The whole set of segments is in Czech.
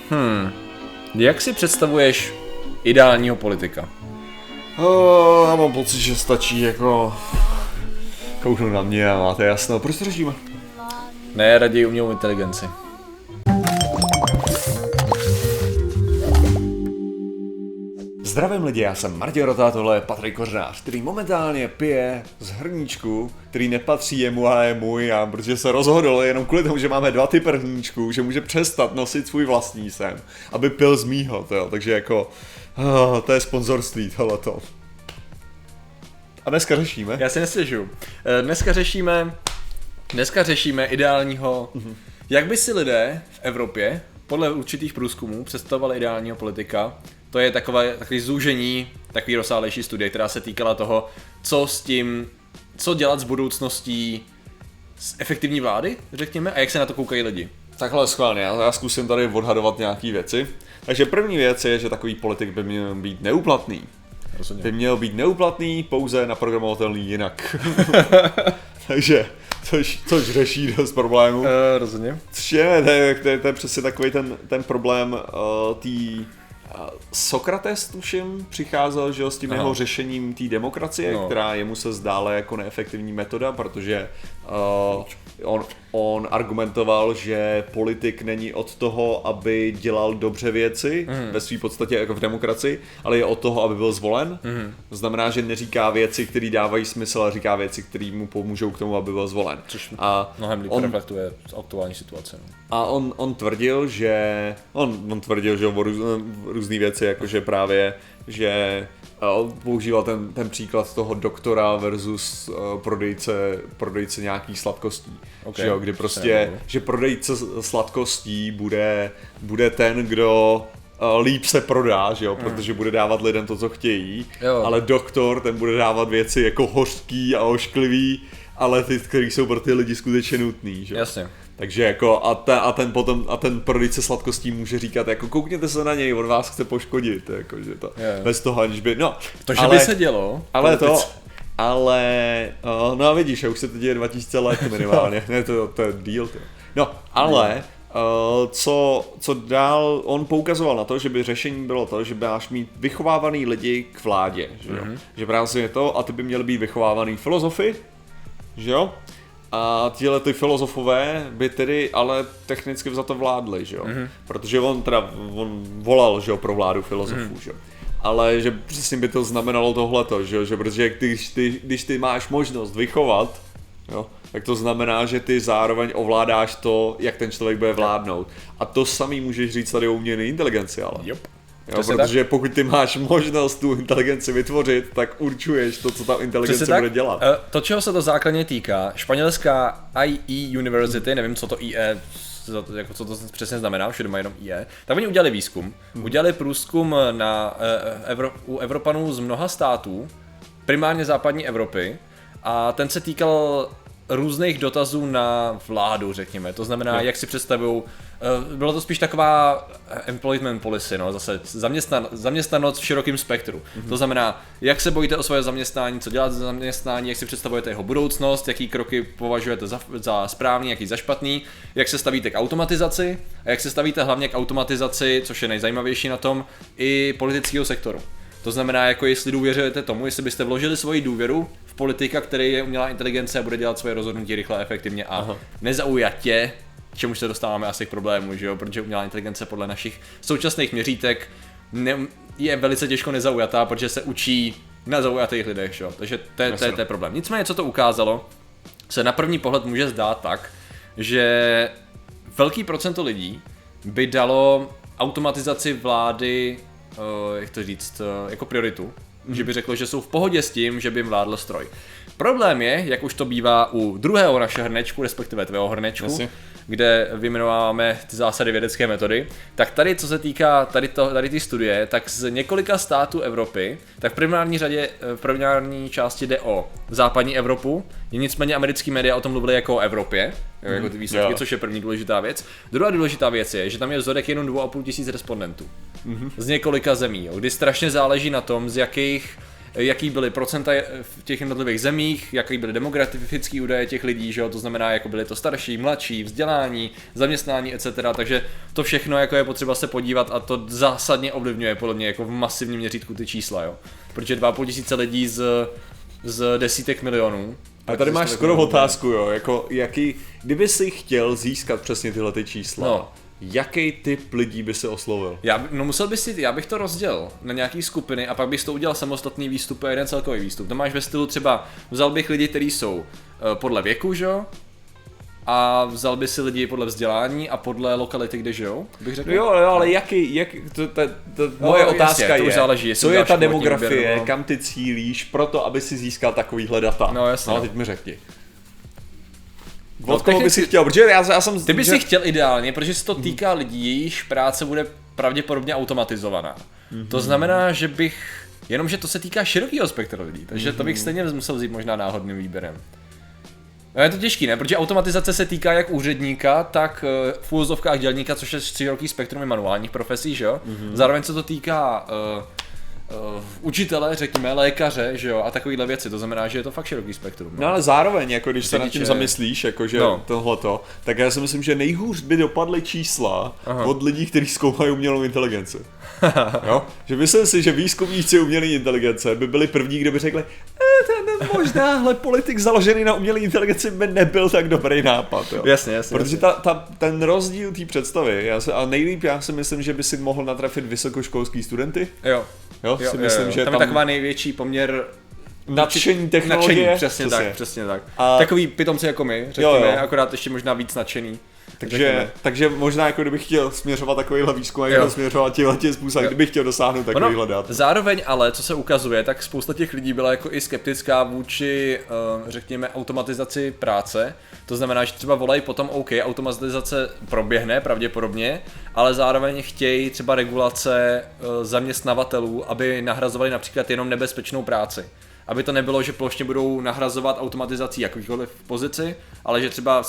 Jak si představuješ ideálního politika? Já mám pocit, že stačí jako kouknout na mě a máte jasno. Proč to řešíme? Ne, raději umělou inteligenci. Zdravím lidi, já jsem Martin Rota, tohle je Patrik Kořnář, který momentálně pije z hrníčku, který nepatří jemu, ale je můj, protože se rozhodl jenom kvůli tomu, že máme 2 typy hrníčků, že může přestat nosit svůj vlastní sem, aby pil z mýho, takže jako, to je sponzorství tohleto. A dneska řešíme. Já si nestěžuju. Dneska řešíme ideálního, jak by si lidé v Evropě, podle určitých průzkumů, představovali ideálního politika. To je takový zúžení, takový rozsáhlejší studie, která se týkala toho, co dělat s budoucností z efektivní vlády, řekněme, a jak se na to koukají lidi. Takhle schválně, já zkusím tady odhadovat nějaký věci. Takže první věc je, že takový politik by měl být neúplatný. Rozhodně. By měl být neúplatný, pouze naprogramovatelný jinak. Takže, což řeší dost problémů. Rozhodně. Což je přesně takový ten problém Sokrates, tuším, přicházel, že s tím jeho řešením té demokracie, která jemu se zdála jako neefektivní metoda, protože on argumentoval, že politik není od toho, aby dělal dobře věci, ve své podstatě jako v demokracii, ale je od toho, aby byl zvolen. To znamená, že neříká věci, které dávají smysl, ale říká věci, které mu pomůžou k tomu, aby byl zvolen. Což mnohem líp reflektuje aktuální situace. A on tvrdil, že o různé věci, jakože právě, že používal ten příklad toho doktora versus prodejce nějakých sladkostí. Okay. Že jo, kdy prostě, že prodejce sladkostí bude ten, kdo líp se prodá, že jo, protože bude dávat lidem to, co chtějí, ale doktor, ten bude dávat věci jako hořký a ošklivý, ale ty, který jsou pro ty lidi skutečně nutný, že jo. Jasně. Takže jako a ten prodejce sladkostí může říkat jako koukněte se na něj, on vás chce poškodit, jako že to bez toho aniž by, že by se dělo. No a vidíš, už se to děje 2000 let minimálně, ne to je díl. Co dál, on poukazoval na to, že by řešení bylo to, že máš mít vychovávaný lidi k vládě, že jo? Že právě je to a ty by měli být vychovávaný filozofy, že jo? A ty filozofové by tedy ale technicky vzato vládli, že jo? Protože on volal, že jo, pro vládu filozofů, že jo? Ale že přesně by to znamenalo tohleto, že jo? Že protože když ty máš možnost vychovat, jo, tak to znamená, že ty zároveň ovládáš to, jak ten člověk bude vládnout. A to samý můžeš říct tady o umělé inteligenci, ale. Yep. Jo, protože pokud ty máš možnost tu inteligenci vytvořit, tak určuješ to, co ta inteligence bude dělat. To, čeho se to základně týká, španělská IE University, nevím, co to IE, jako co to přesně znamená, všude mají jenom IE, tak oni udělali výzkum. Udělali průzkum u Evropanů z mnoha států, primárně západní Evropy, a ten se týkal různých dotazů na vládu, řekněme. To znamená, jak si představují, bylo to spíš taková employment policy, zase zaměstnanost v širokém spektru. To znamená, jak se bojíte o svoje zaměstnání, co dělat za zaměstnání, jak si představujete jeho budoucnost, jaký kroky považujete za správný, jaký za špatný, jak se stavíte k automatizaci a jak se stavíte hlavně k automatizaci, což je nejzajímavější na tom, i politického sektoru. To znamená, jako jestli důvěřujete tomu, jestli byste vložili svoji důvěru v politika, který je umělá inteligence a bude dělat svoje rozhodnutí rychle, efektivně a nezaujatě, k čemu se dostáváme asi k problému, že jo? Protože umělá inteligence podle našich současných měřítek je velice těžko nezaujatá, protože se učí na zaujatých lidech, že jo? Takže to je problém. Nicméně, co to ukázalo, se na první pohled může zdát tak, že velký procento lidí by dalo automatizaci vlády, jak to říct, jako prioritu, že by řeklo, že jsou v pohodě s tím, že by jim vládl stroj. Problém je, jak už to bývá u druhého našeho hrnečku, respektive tvého hrnečku, kde vyjmenováváme ty zásady vědecké metody, tak tady, co se týká tady ty studie, tak z několika států Evropy, tak v primární části jde o západní Evropu, nicméně americký média o tom mluvili jako o Evropě, jako ty výsledky, což je první důležitá věc. Druhá důležitá věc je, že tam je vzorek jenom 2 500 respondentů z několika zemí, kdy strašně záleží na tom, z jakých jaký byly procenta v těch jednotlivých zemích, jaký byly demografický údaje těch lidí, že jo, to znamená, jako byly to starší, mladší, vzdělání, zaměstnání, etc. Takže to všechno jako je potřeba se podívat a to zásadně ovlivňuje podle mě jako v masivním měřítku ty čísla, jo. Protože 2,5 tisíce lidí z desítek milionů. A tady máš skoro otázku, jo, jako kdyby si chtěl získat přesně tyhle ty čísla, no. Jaký typ lidí by si oslovil? Já bych to rozdělil na nějaký skupiny a pak bych to udělal samostatný výstup a jeden celkový výstup. To máš ve stylu třeba, vzal bych lidi, kteří jsou podle věku, že jo? A vzal by si lidi podle vzdělání a podle lokality, kde žijou, bych řekl. Jo, ale moje otázka je, záleží, co je ta demografie, výběr, kam ty cílíš pro to, aby si získal takovýhle data. No jasně. No a teď mi řekni. Od koho by si chtěl, protože já jsem... Ty bys si chtěl ideálně, protože se to týká lidí, jejichž práce bude pravděpodobně automatizovaná. To znamená, že jenomže to se týká širokého spektra lidí, takže to bych stejně musel vzít možná náhodným výběrem. No je to těžký, ne? Protože automatizace se týká jak úředníka, tak v úvozovkách dělníka, což je široký spektrum manuálních profesí, že jo? Zároveň se to týká učitele, řekněme, lékaře, že jo, a takovýhle věci, to znamená, že je to fakt široký spektrum. No ale zároveň, jako když se nad tím zamyslíš, jakože tohleto, tak já si myslím, že nejhůř by dopadly čísla od lidí, kteří zkoumají umělou inteligenci. Jo? Že myslím si, že výzkumníci umělé inteligence by byli první, kdo by řekli, ten možnáhle politik založený na umělé inteligenci by nebyl tak dobrý nápad. Jo? Jasně. Protože ten rozdíl té představy, a nejlíp já si myslím, že by si mohl natrafit vysokoškolský studenty. Jo, si myslím, že tam je taková největší poměr nadšení technologie. Přesně tak. Takový pitomci jako my, řekněme, akorát ještě možná víc nadšený. Takže možná jako kdybych chtěl směřovat takovýhle výzkum, jak to směřovat tímhle způsobem, kdybych chtěl dosáhnout takovýhle dat. Zároveň ale, co se ukazuje, tak spousta těch lidí byla jako i skeptická vůči, řekněme, automatizaci práce. To znamená, že třeba volají potom OK, automatizace proběhne pravděpodobně, ale zároveň chtějí třeba regulace zaměstnavatelů, aby nahrazovali například jenom nebezpečnou práci. Aby to nebylo, že plošně budou nahrazovat automatizací jakýchkoliv pozici, ale že třeba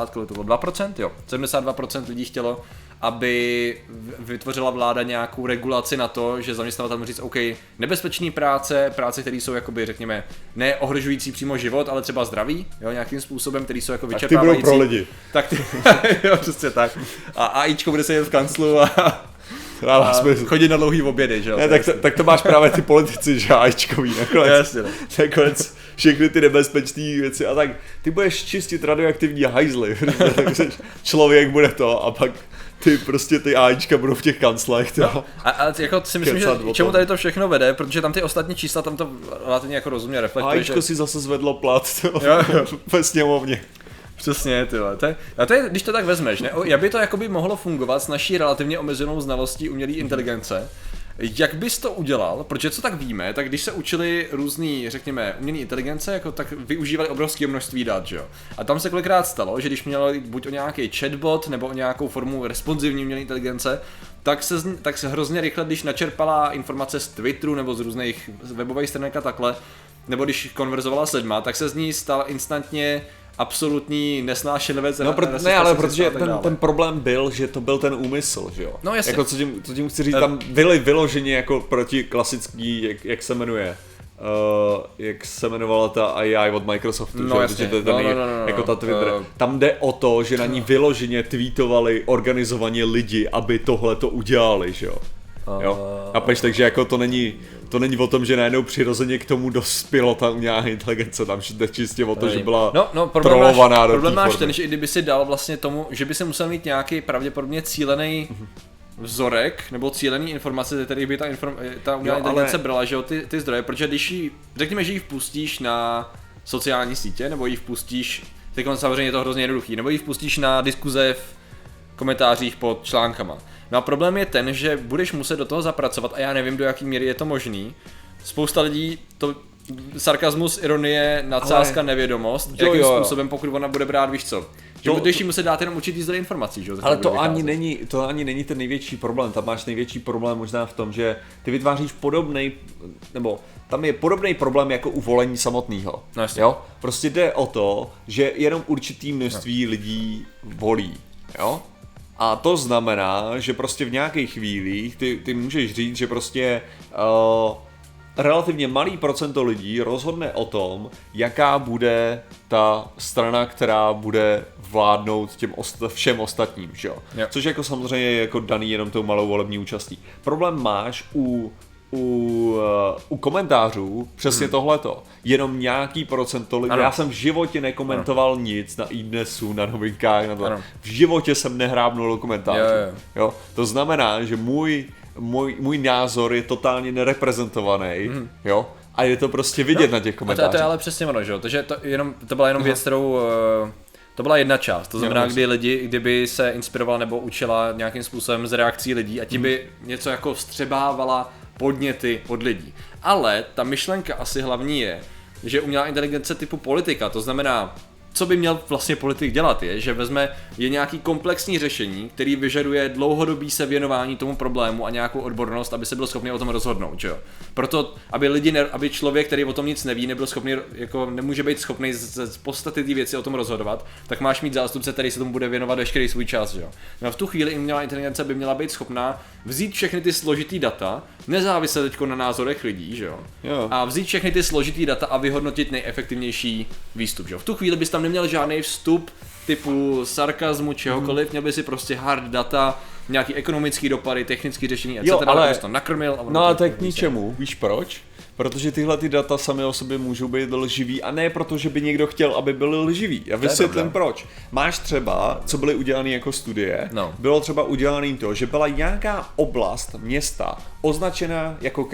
2%, jo, 72% lidí chtělo, aby vytvořila vláda nějakou regulaci na to, že zaměstnavatel může říct, OK, nebezpečný práce, které jsou jakoby, řekněme, neohrožující přímo život, ale třeba zdraví, jo, nějakým způsobem, který jsou jako vyčerpávající. Tak ty budou pro lidi. Tak ty, jo, přesně tak. A AIčko bude sedět v kanclu a chodit na dlouhý obědy, že jo? Ne, tak to máš právě ty politici, že AIčkový nakonec všechny ty nebezpečné věci a tak ty budeš čistit radioaktivní hajzly, takže člověk bude to a pak ty AIčka budou v těch kanclech. No, a jako si myslím, že čemu tady to všechno vede, protože tam ty ostatní čísla tam to relativně jako rozumně reflektuje. AIčko si zase zvedlo plat ve sněmovně. Přesně, tyhle. To je, když to tak vezmeš, ne? Jak by to jakoby mohlo fungovat s naší relativně omezenou znalostí umělé inteligence? Jak bys to udělal? Protože co tak víme, tak když se učili různý, řekněme, umělé inteligence, jako tak využívali obrovské množství dat, že jo? A tam se kolikrát stalo, že když měl buď o nějaký chatbot nebo o nějakou formu responsivní umělé inteligence, tak se hrozně rychle, když načerpala informace z Twitteru nebo z různých webových stránek a takhle, nebo když konverzovala s lidma, tak se z ní stal instantně absolutní nesnášenlivec. No, ale protože ten problém byl, že to byl ten úmysl, že jo? No jasně. Jako co tím chci říct, tam byly vyloženě jako proti klasický, jak se jmenuje, jak se jmenovala ta AI od Microsoftu, no, jasně. Jako ta Twitter. Tam jde o to, že na ní vyloženě tweetovali organizovaně lidi, aby tohle to udělali, že jo? Chápeš, takže jako to není o tom, že najednou přirozeně k tomu dospělo ta umělá inteligence, tam jde čistě o to, že byla trolovaná. Problém máš ten, že i kdyby si dal vlastně tomu, že by se musel mít nějaký pravděpodobně cílený vzorek nebo cílený informace, ze kterých by ta umělá inteligence brala, že jo, ty zdroje, protože když řekněme, že ji vpustíš na sociální sítě, nebo ji vpustíš, teď samozřejmě je to hrozně jednoduchý, nebo ji vpustíš na diskuze v komentářích pod článkama. No a problém je ten, že budeš muset do toho zapracovat a já nevím, do jaký míry je to možný. Spousta lidí to sarkazmus, ironie, nadsázka, nevědomost, jakým způsobem, pokud ona bude brát, víš co. Že budeš jí muset dát jenom určitý zdroj informací, že? Ale to ani není ten největší problém, tam máš největší problém možná v tom, že ty vytváříš nebo tam je podobný problém jako u volení samotného. No, jo? Prostě jde o to, že jenom určitý množství lidí volí, jo? A to znamená, že prostě v nějakých chvílích ty můžeš říct, že prostě relativně malý procento lidí rozhodne o tom, jaká bude ta strana, která bude vládnout všem ostatním, že jo? Což jako samozřejmě je jako daný jenom tou malou volební účastí. Problém máš u komentářů přesně tohleto. Jenom nějaký procento lidí. Já jsem v životě nekomentoval nic na iDnesu, na Novinkách, na to. V životě jsem nehrábnul do komentářů. Jo. To znamená, že můj názor je totálně nereprezentovaný, jo? A je to prostě vidět na těch komentářích. A to je ale přesně ono, že jo? Takže to byla jenom věc, kterou... To byla jedna část, to znamená, kdyby se inspirovala nebo učila nějakým způsobem z reakcí lidí a ti by něco jako vstřebávala podněty od lidí. Ale ta myšlenka asi hlavní je, že umělá inteligence typu politika, to znamená, co by měl vlastně politik dělat je, že je nějaký komplexní řešení, který vyžaduje dlouhodobý se věnování tomu problému a nějakou odbornost, aby se byl schopný o tom rozhodnout, že jo. Proto, aby člověk, který o tom nic neví, nebyl schopný, jako nemůže být schopný z podstaty té věci o tom rozhodovat, tak máš mít zástupce, který se tomu bude věnovat veškerý svůj čas, že jo. No a v tu chvíli umělá inteligence by měla být schopná vzít všechny ty složitý data, nezávisle teďko na názorech lidí, že jo. A vzít všechny ty složitý data a vyhodnotit nejefektivnější výstup, že jo. V tu chvíli bys tam neměl žádný vstup typu sarkazmu, čehokoliv, měl by si prostě hard data, nějaký ekonomický dopady, technický řešení, etc. Ale to nakrmil. No ale to je k ničemu, víš proč? Protože tyhle ty data sami o sobě můžou být lživý a ne proto, že by někdo chtěl, aby byly lživý. Já vysvětlím proč. Máš třeba, co byly udělané jako studie, bylo třeba udělané to, že byla nějaká oblast města označena jako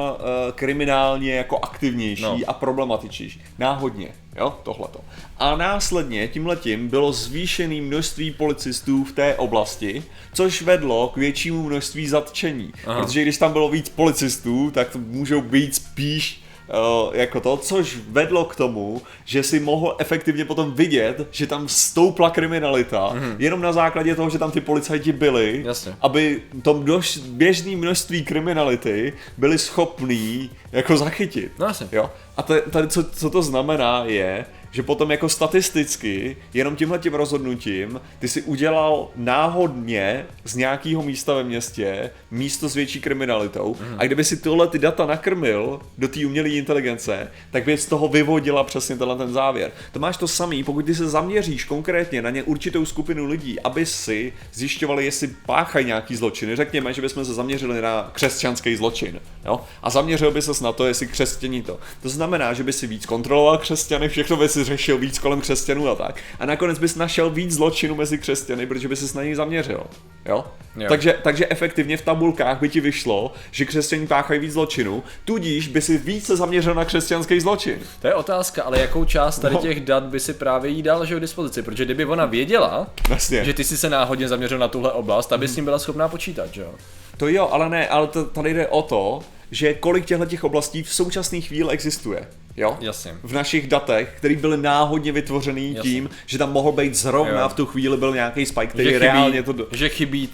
kriminálně jako aktivnější a problematičnější. Náhodně, jo, tohleto. A následně tímhletím bylo zvýšené množství policistů v té oblasti, což vedlo k většímu množství zatčení. Protože když tam bylo víc policistů, tak to můžou být spíš jako to, což vedlo k tomu, že si mohl efektivně potom vidět, že tam stoupla kriminalita, jenom na základě toho, že tam ty policajti byli, aby to běžné množství kriminality byli schopní jako zachytit. Jo? A tady co to znamená je, že potom jako statisticky, jenom tímhletím rozhodnutím, ty si udělal náhodně z nějakého místa ve městě místo s větší kriminalitou a kdyby si tyhle ty data nakrmil do té umělé inteligence, tak by z toho vyvodila přesně ten závěr. To máš to samý, pokud ty se zaměříš konkrétně na určitou skupinu lidí, aby si zjišťovali, jestli páchají nějaký zločiny. Řekněme, že bychom se zaměřili na křesťanský zločin, jo? A zaměřil by ses na to, jestli křesťaní to. To znamená, že by si víc kontroloval křesťany, všechno by si řešil víc kolem křesťanů a tak. A nakonec bys našel víc zločinů mezi křesťany, protože by ses na něj zaměřil. Jo? Takže efektivně v tabulkách by ti vyšlo, že křesťané páchají víc zločinů, tudíž by si více zaměřil na křesťanský zločin. To je otázka, ale jakou část tady těch dat by si právě jí dal, že k dispozici, protože kdyby ona věděla, že ty si se náhodně zaměřil na tuhle oblast, aby s ním byla schopná počítat, že jo? To jo, ale ne, ale tady jde o to, že kolik těchto oblastí v současné chvíli existuje. Jo? Jasně. V našich datech, které byly náhodně vytvořený tím, že tam mohl být zrovna v tu chvíli byl nějaký spike, který že reálně to... Že chybí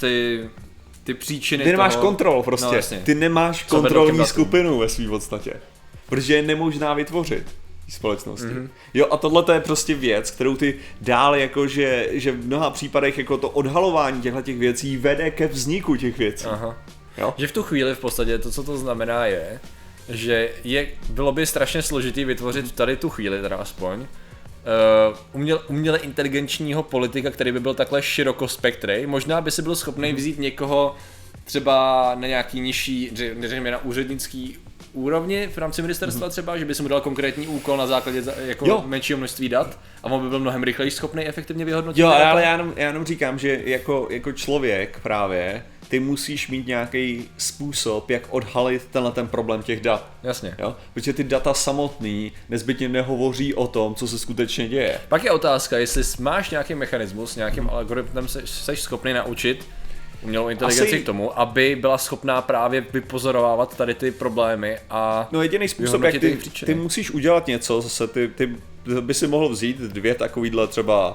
ty příčiny. Ty nemáš kontrol prostě. Ty nemáš kontrolní skupinu ve svým podstatě. Protože je nemožná vytvořit společnosti. Jo, a tohle je prostě věc, kterou ty dál jako, že v mnoha případech jako to odhalování těchto věcí vede ke vzniku těch věcí. Jo? Že v tu chvíli v podstatě to, co to znamená je, že bylo by strašně složitý vytvořit tady tu chvíli, teda aspoň, uměle inteligenčního politika, který by byl takhle širokospektrý. Možná by si byl schopný vzít někoho třeba na nějaký nižší, neřekněme na úřednický úrovni v rámci ministerstva třeba, že by si mu dal konkrétní úkol na základě jako menšího množství dat a on by byl mnohem rychleji schopný efektivně vyhodnotit. Jo, ale já jenom říkám, že jako člověk právě ty musíš mít nějaký způsob, jak odhalit ten problém těch dat. Jasně. Jo? Protože ty data samotný nezbytně nehovoří o tom, co se skutečně děje. Pak je otázka, jestli máš nějaký mechanismus, nějakým algoritmem seš schopný naučit umělou inteligenci k tomu, aby byla schopná právě vypozorovávat tady ty problémy a no jediný způsob, jak ty musíš udělat něco, zase ty by si mohl vzít dvě takovýhle třeba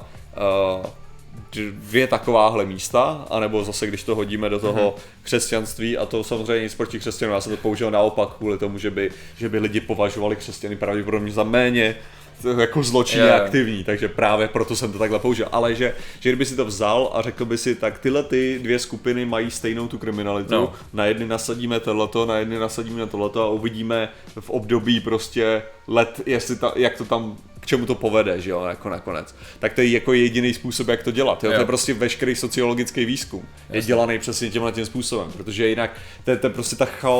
dvě takováhle místa, anebo zase když to hodíme do toho křesťanství a to samozřejmě nic proti křesťanům, já jsem to použil naopak kvůli tomu, že by lidi považovali křesťany pravděpodobně za méně jako zločinně Jo. aktivní, takže právě proto jsem to takhle použil. Ale že kdyby si to vzal a řekl by si, tak tyhle ty dvě skupiny mají stejnou tu kriminalitu, No. na jedny nasadíme tohleto, na jedny nasadíme tohleto a uvidíme v období prostě let, jak to tam, k čemu to povede, že jo, jako nakonec. Tak to je jako jediný způsob, jak to dělat, jo? To je prostě veškerý sociologický výzkum. Je dělaný přesně tímhle způsobem, protože jinak to je prostě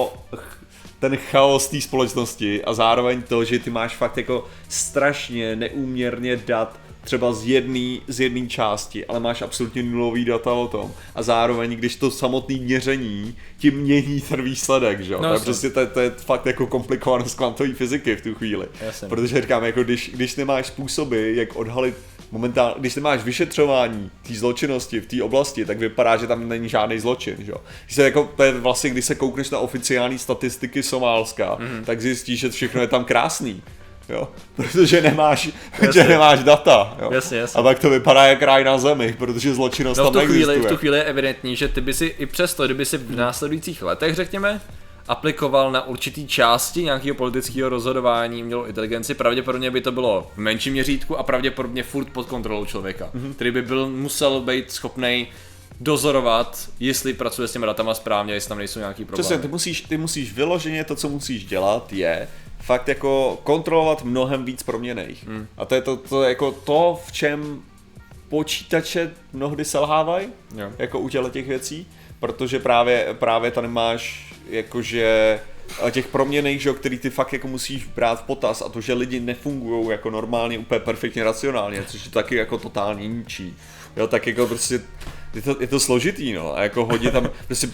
ten chaos té společnosti a zároveň to, že ty máš fakt jako strašně neúměrně dat třeba z jedné části, ale máš absolutně nulový data o tom. A zároveň, když to samotné měření ti mění ten výsledek, že jo? No, to je fakt jako komplikovanost kvantové fyziky v tu chvíli. Jasně. Protože říkám, jako když nemáš způsoby, jak odhalit momentálně, když nemáš vyšetřování té zločinnosti v té oblasti, tak vypadá, že tam není žádný zločin, že jo. To je vlastně, když se koukneš na oficiální statistiky Somálska, tak zjistíš, že všechno je tam krásný. Jo, protože nemáš data, jo. Jasně. A pak to vypadá jak ráj na zemi, protože zločinnost tam neexistuje. V tu chvíli je evidentní, že ty by si i přesto, kdyby si v následujících letech, řekněme, aplikoval na určitý části nějakého politického rozhodování umělou inteligenci, pravděpodobně by to bylo v menším měřítku a pravděpodobně furt pod kontrolou člověka, který by musel být schopnej dozorovat, jestli pracuje s těmi datama správně, jestli tam nejsou nějaký problémy. Přesně, ty musíš vyloženě to, co musíš dělat, je fakt jako kontrolovat mnohem víc proměnných. A to je to jako to, v čem počítače mnohdy selhávají, jako u těch věcí, protože právě tady máš jakože těch proměnných, že, který ty fakt jako musíš brát v potaz a to, že lidi nefungují jako normálně úplně perfektně racionálně, což je taky jako totálně ničí. Jo, tak jako prostě je to složitý, no, a jako hodně tam prostě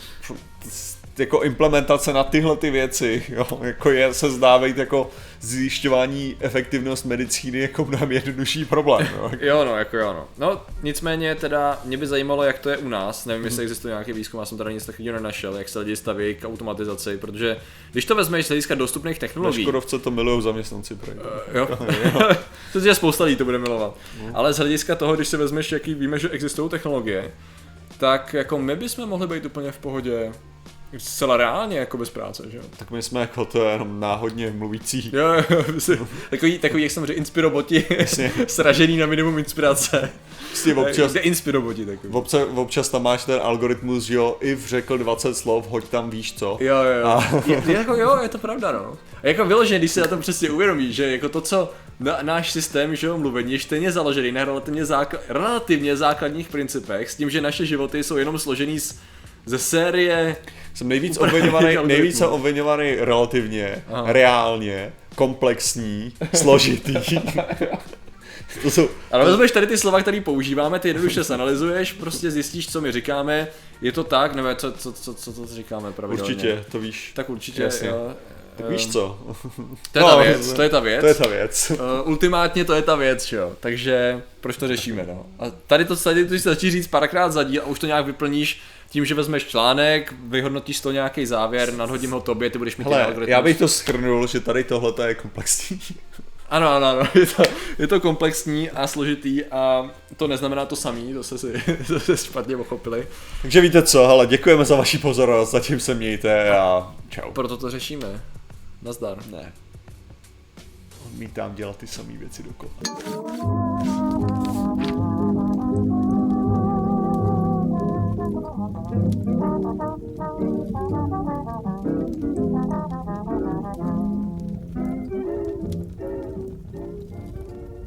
jako implementace na tyhle ty věci, jo, jako se zdá být jako zjišťování efektivnost medicíny jako mnohem jednodušší problém. Jo. No, nicméně teda mě by zajímalo, jak to je u nás, nevím, jestli existuje nějaký výzkum, já jsem tady nic takového nenašel, jak se lidi staví k automatizaci, protože když to vezmeš z hlediska dostupných technologií. Na Škodovce to milujou zaměstnanci. Jo. Protože spousta lidí to bude milovat. Ale z hlediska toho, když si vezmeš, jaký víme, že existují technologie, tak jako my bychom mohli být úplně v pohodě. Zcela reálně, jako bez práce, že jo? Tak my jsme jako to náhodně mluvící. Jo, takový, jak jsem řekl, inspiroboti, sražený na minimum inspirace. Občas, inspiroboti takový. Občas tam máš ten algoritmus, že jo, if řekl 20 slov, hoď tam víš co. Jo. Je to pravda, no. A jako vyloženě, když si na tom přesně uvědomíš, že jako to, co náš systém, že jo, mluvení je stejně založený na relativně základních principech, s tím, že naše životy jsou jenom složený ze série. Jsem nejvíce obviňovaný relativně, reálně, komplexní, složitý. Ale vezmeš tady ty slova, které používáme, ty jednoduše analyzuješ, prostě zjistíš, co my říkáme, je to tak, nebo co říkáme pravidelně. Určitě, to víš. Tak určitě, jasně. jo. Tak víš co? To je ta věc. Ultimátně to je ta věc, jo. Takže proč to řešíme, no. A tady to si začít říct párkrát za díl a už to nějak vyplníš tím, že vezmeš článek, vyhodnotíš to nějaký závěr, nadhodím ho tobě, ty budeš mít ten algoritmus. Já bych to shrnul, že tady tohle je komplexní. Ano, je to komplexní a složitý a to neznamená to samý, to se špatně pochopili. Takže víte co, hele, děkujeme za vaši pozornost, zatím se mějte a čau. Proto to řešíme. Nazdar. Ne. Odmítám dělat ty samé věci dokola.